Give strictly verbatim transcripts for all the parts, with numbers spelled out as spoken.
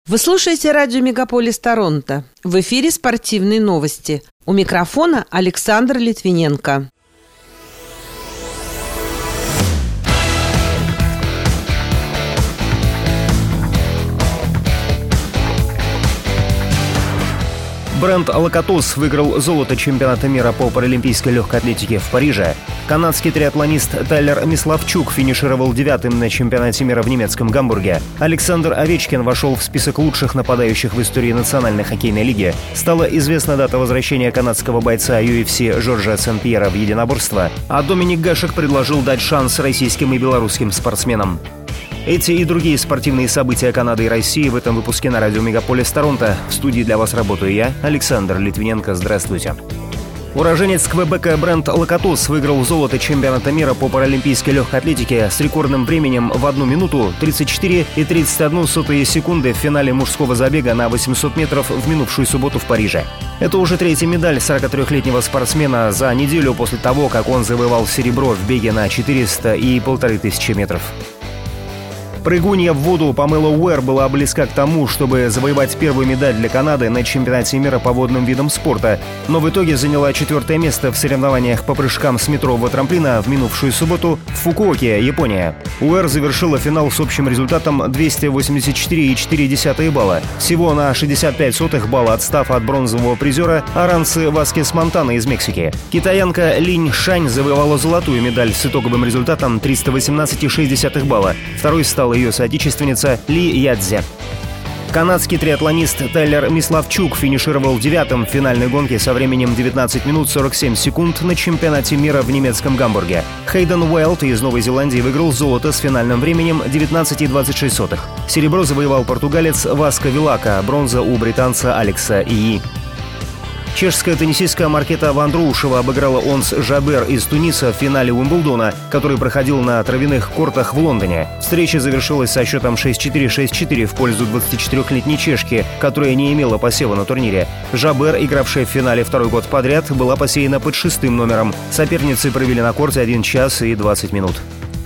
Вы слушаете радио «Мегаполис Торонто». В эфире спортивные новости. У микрофона Александр Литвиненко. Брент Лакатос выиграл золото чемпионата мира по паралимпийской легкой атлетике в Париже. Канадский триатлонист Тайлер Миславчук финишировал девятым на чемпионате мира в немецком Гамбурге. Александр Овечкин вошел в список лучших нападающих в истории Национальной хоккейной лиги. Стала известна дата возвращения канадского бойца ю эф си Жоржа Сен-Пьера в единоборство, а Доминик Гашек предложил дать шанс российским и белорусским спортсменам. Эти и другие спортивные события Канады и России в этом выпуске на радио «Мегаполис Торонто». В студии для вас работаю я, Александр Литвиненко. Здравствуйте. Уроженец Квебека Брент Лакатос выиграл золото чемпионата мира по паралимпийской легкой атлетике с рекордным временем в одну минуту тридцать четыре и тридцать одну сотую секунды в финале мужского забега на восемьсот метров в минувшую субботу в Париже. Это уже третья медаль сорокатрёхлетнего спортсмена за неделю после того, как он завоевал серебро в беге на четыреста и полторы тысячи метров. Прыгунья в воду Памела Уэр была близка к тому, чтобы завоевать первую медаль для Канады на чемпионате мира по водным видам спорта, но в итоге заняла четвертое место в соревнованиях по прыжкам с метрового трамплина в минувшую субботу в Фукуоке, Япония. Уэр завершила финал с общим результатом двести восемьдесят четыре и четыре десятых балла, всего на шестьдесят пять сотых балла отстав от бронзового призера Аранцы Васкес Монтана из Мексики. Китаянка Линь Шань завоевала золотую медаль с итоговым результатом триста восемнадцать и шесть десятых балла. Второй стала ее соотечественница Ли Ядзе. Канадский триатлонист Тайлер Миславчук финишировал девятым в финальной гонке со временем девятнадцать минут сорок семь секунд на чемпионате мира в немецком Гамбурге. Хейден Уайлд из Новой Зеландии выиграл золото с финальным временем девятнадцать и двадцать шесть сотых. Серебро завоевал португалец Васко Вилака, бронза у британца Алекса Ии. Чешская теннисистка Маркета Вандроушева обыграла Онс Жабер из Туниса в финале Уимблдона, который проходил на травяных кортах в Лондоне. Встреча завершилась со счетом шесть четыре — шесть четыре в пользу двадцатичетырёхлетней чешки, которая не имела посева на турнире. Жабер, игравшая в финале второй год подряд, была посеяна под шестым номером. Соперницы провели на корте один час и двадцать минут.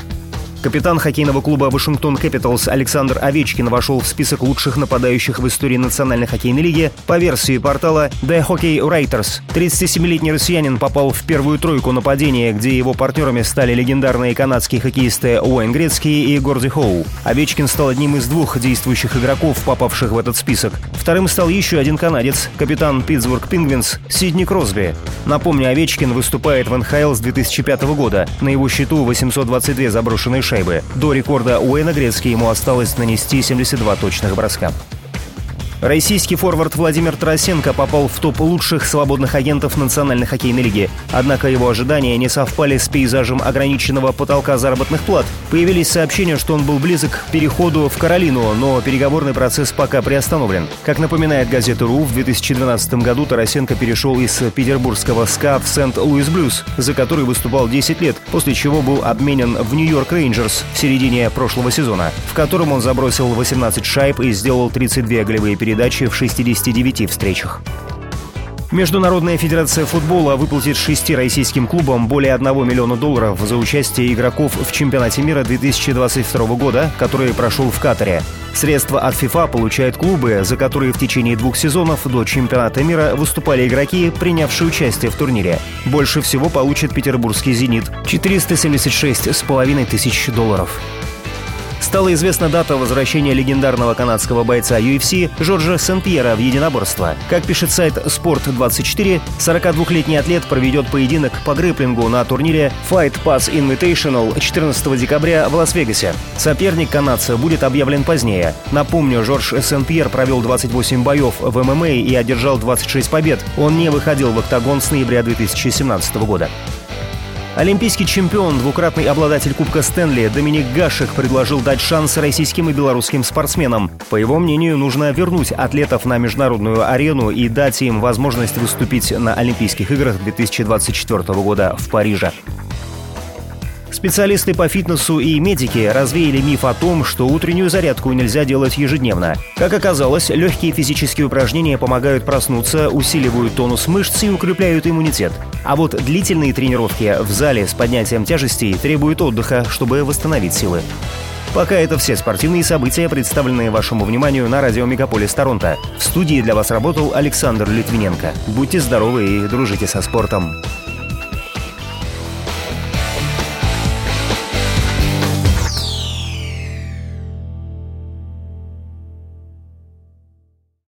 Капитан хоккейного клуба «Вашингтон Кэпиталс» Александр Овечкин вошел в список лучших нападающих в истории Национальной хоккейной лиги по версии портала The Hockey Writers. тридцатисемилетний россиянин попал в первую тройку нападения, где его партнерами стали легендарные канадские хоккеисты Уэйн Грецкий и Горди Хоу. Овечкин стал одним из двух действующих игроков, попавших в этот список. Вторым стал еще один канадец, капитан Питтсбург Пингвинс Сидни Кросби. Напомню, Овечкин выступает в эн ха эл с две тысячи пятого года. На его счету восемьсот двадцать две заброшенные шайбы. До рекорда Уэйна Грецки ему осталось нанести семьдесят два точных броска. Российский форвард Владимир Тарасенко попал в топ лучших свободных агентов Национальной хоккейной лиги. Однако его ожидания не совпали с пейзажем ограниченного потолка заработных плат. Появились сообщения, что он был близок к переходу в Каролину, но переговорный процесс пока приостановлен. Как напоминает газета РУ, в две тысячи двенадцатом году Тарасенко перешел из петербургского СКА в Сент-Луис Блюз, за который выступал десять лет, после чего был обменен в Нью-Йорк Рейнджерс в середине прошлого сезона, в котором он забросил восемнадцать шайб и сделал тридцать две голевые передачи. передачи в шестидесяти девяти встречах. Международная федерация футбола выплатит шести российским клубам более одного миллиона долларов за участие игроков в чемпионате мира две тысячи двадцать второго года, который прошел в Катаре. Средства от ФИФА получают клубы, за которые в течение двух сезонов до чемпионата мира выступали игроки, принявшие участие в турнире. Больше всего получит петербургский «Зенит» – четыреста семьдесят шесть с половиной тысяч долларов. Стала известна дата возвращения легендарного канадского бойца ю эф си Жоржа Сен-Пьера в единоборство. Как пишет сайт спорт двадцать четыре, сорокадвухлетний атлет проведет поединок по грэпплингу на турнире Fight Pass Invitational четырнадцатого декабря в Лас-Вегасе. Соперник канадца будет объявлен позднее. Напомню, Жорж Сен-Пьер провел двадцать восемь боев в эм эм а и одержал двадцать шесть побед. Он не выходил в октагон с ноября две тысячи семнадцатого года. Олимпийский чемпион, двукратный обладатель Кубка Стэнли Доминик Гашек предложил дать шанс российским и белорусским спортсменам. По его мнению, нужно вернуть атлетов на международную арену и дать им возможность выступить на Олимпийских играх две тысячи двадцать четвёртого года в Париже. Специалисты по фитнесу и медики развеяли миф о том, что утреннюю зарядку нельзя делать ежедневно. Как оказалось, легкие физические упражнения помогают проснуться, усиливают тонус мышц и укрепляют иммунитет. А вот длительные тренировки в зале с поднятием тяжестей требуют отдыха, чтобы восстановить силы. Пока это все спортивные события, представленные вашему вниманию на радио «Мегаполис Торонто». В студии для вас работал Александр Литвиненко. Будьте здоровы и дружите со спортом.